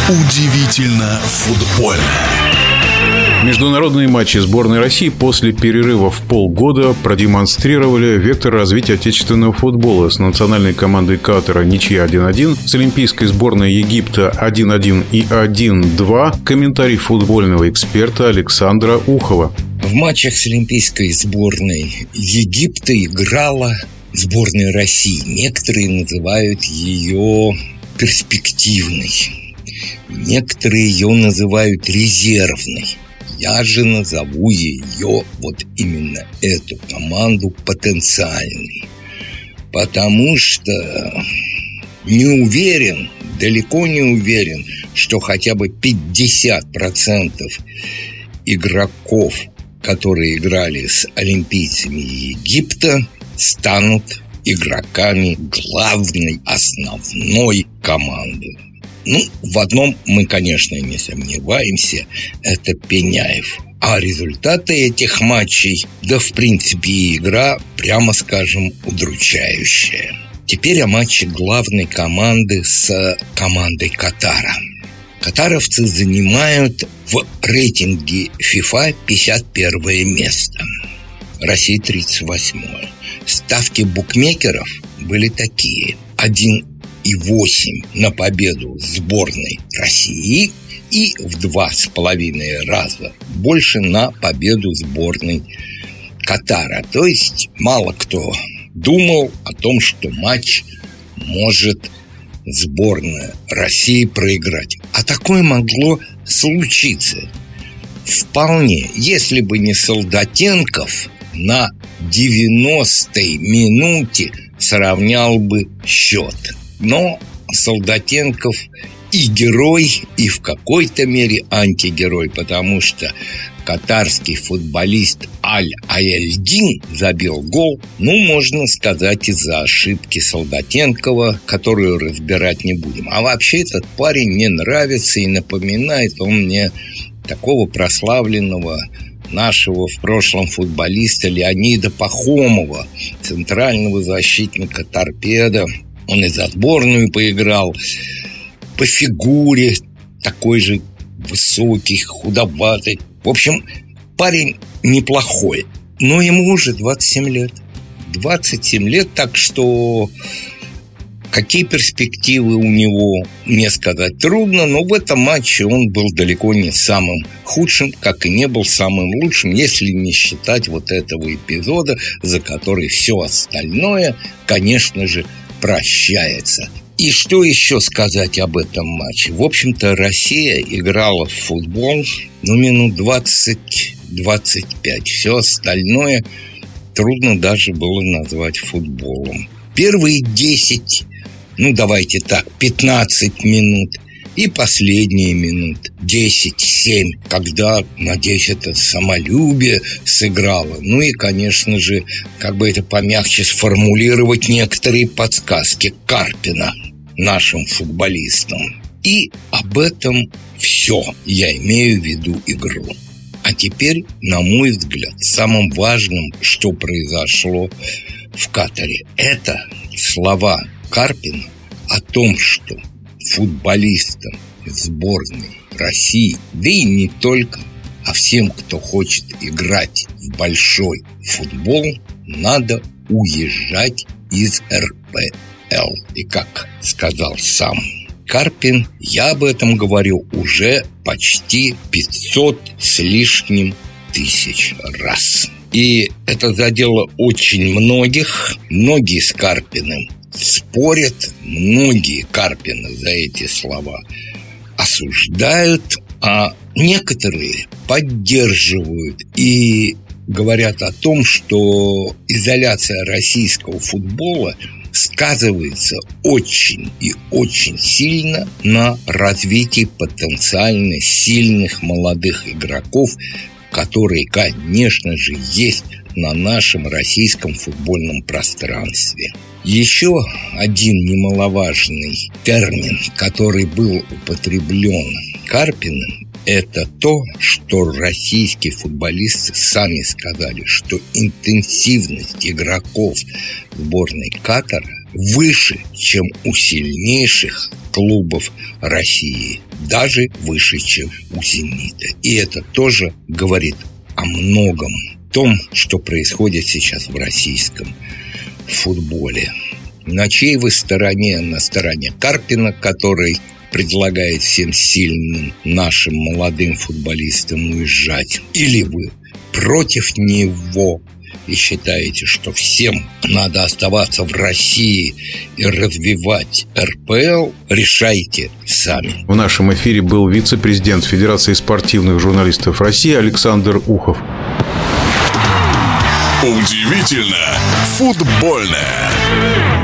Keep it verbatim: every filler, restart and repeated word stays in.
Удивительно футбольно. Международные матчи сборной России после перерыва в полгода продемонстрировали вектор развития отечественного футбола. С национальной командой Катара ничья один-один, с олимпийской сборной Египта один-один и один-два. Комментарий футбольного эксперта Александра Ухова. В матчах с олимпийской сборной Египта играла сборная России. Некоторые называют ее перспективной, некоторые ее называют резервной. Я же назову ее, вот именно эту команду, потенциальной. Потому что не уверен, далеко не уверен, что хотя бы пятьдесят процентов игроков, которые играли с олимпийцами Египта, станут игроками главной, основной команды. Ну, в одном мы, конечно, не сомневаемся, это Пеняев. А результаты этих матчей, да, в принципе, игра, прямо скажем, удручающая. Теперь о матче главной команды с командой Катара. Катаровцы занимают в рейтинге FIFA пятьдесят первое место. Россия тридцать восьмое. Ставки букмекеров были такие: один и восемь на победу сборной России и в два с половиной раза больше на победу сборной Катара. То есть мало кто думал о том, что матч может сборная России проиграть. А такое могло случиться. Вполне, если бы не Солдатенков, на девяностой минуте сравнял бы счет. Но Солдатенков и герой, и в какой-то мере антигерой, потому что катарский футболист Аль-Аэльдин забил гол, ну, можно сказать, из-за ошибки Солдатенкова, которую разбирать не будем. А вообще этот парень мне нравится и напоминает он мне такого прославленного нашего в прошлом футболиста Леонида Пахомова, центрального защитника «Торпедо». Он и за сборную поиграл. По фигуре такой же высокий, худоватый. В общем, парень неплохой. Но ему уже двадцать семь лет. двадцать семь лет, так что какие перспективы у него, мне сказать трудно. Но в этом матче он был далеко не самым худшим, как и не был самым лучшим, если не считать вот этого эпизода, за который все остальное, конечно же, прощается. И что еще сказать об этом матче? В общем-то, Россия играла в футбол, ну, минут двадцать двадцать пять. Все остальное трудно даже было назвать футболом. Первые десять, ну, давайте так, пятнадцать минут. И последние минут десять-семь, когда, надеюсь, это самолюбие сыграло. Ну и, конечно же, как бы это помягче сформулировать, некоторые подсказки Карпина нашим футболистам. И об этом все. Я имею в виду игру. А теперь, на мой взгляд, самым важным, что произошло в Катаре, это слова Карпина о том, что футболистам сборной России, да и не только, а всем, кто хочет играть в большой футбол, надо уезжать из эр пэ эл. И как сказал сам Карпин, я об этом говорю уже почти пятьсот с лишним тысяч раз. И это задело очень многих. Многие с Карпиным спорят, многие Карпина за эти слова осуждают, а некоторые поддерживают и говорят о том, что изоляция российского футбола сказывается очень и очень сильно на развитии потенциально сильных молодых игроков, которые, конечно же, есть на нашем российском футбольном пространстве. Еще один немаловажный термин, который был употреблен Карпиным, это то, что российские футболисты сами сказали, что интенсивность игроков сборной Катара выше, чем у сильнейших клубов России, даже выше, чем у «Зенита». И это тоже говорит о многом том, что происходит сейчас в российском футболе. На чьей вы стороне? На стороне Карпина, который предлагает всем сильным нашим молодым футболистам уезжать? Или вы против него и считаете, что всем надо оставаться в России и развивать эр пэ эл? Решайте сами. В нашем эфире был вице-президент Федерации спортивных журналистов России Александр Ухов. Удивительно футбольное.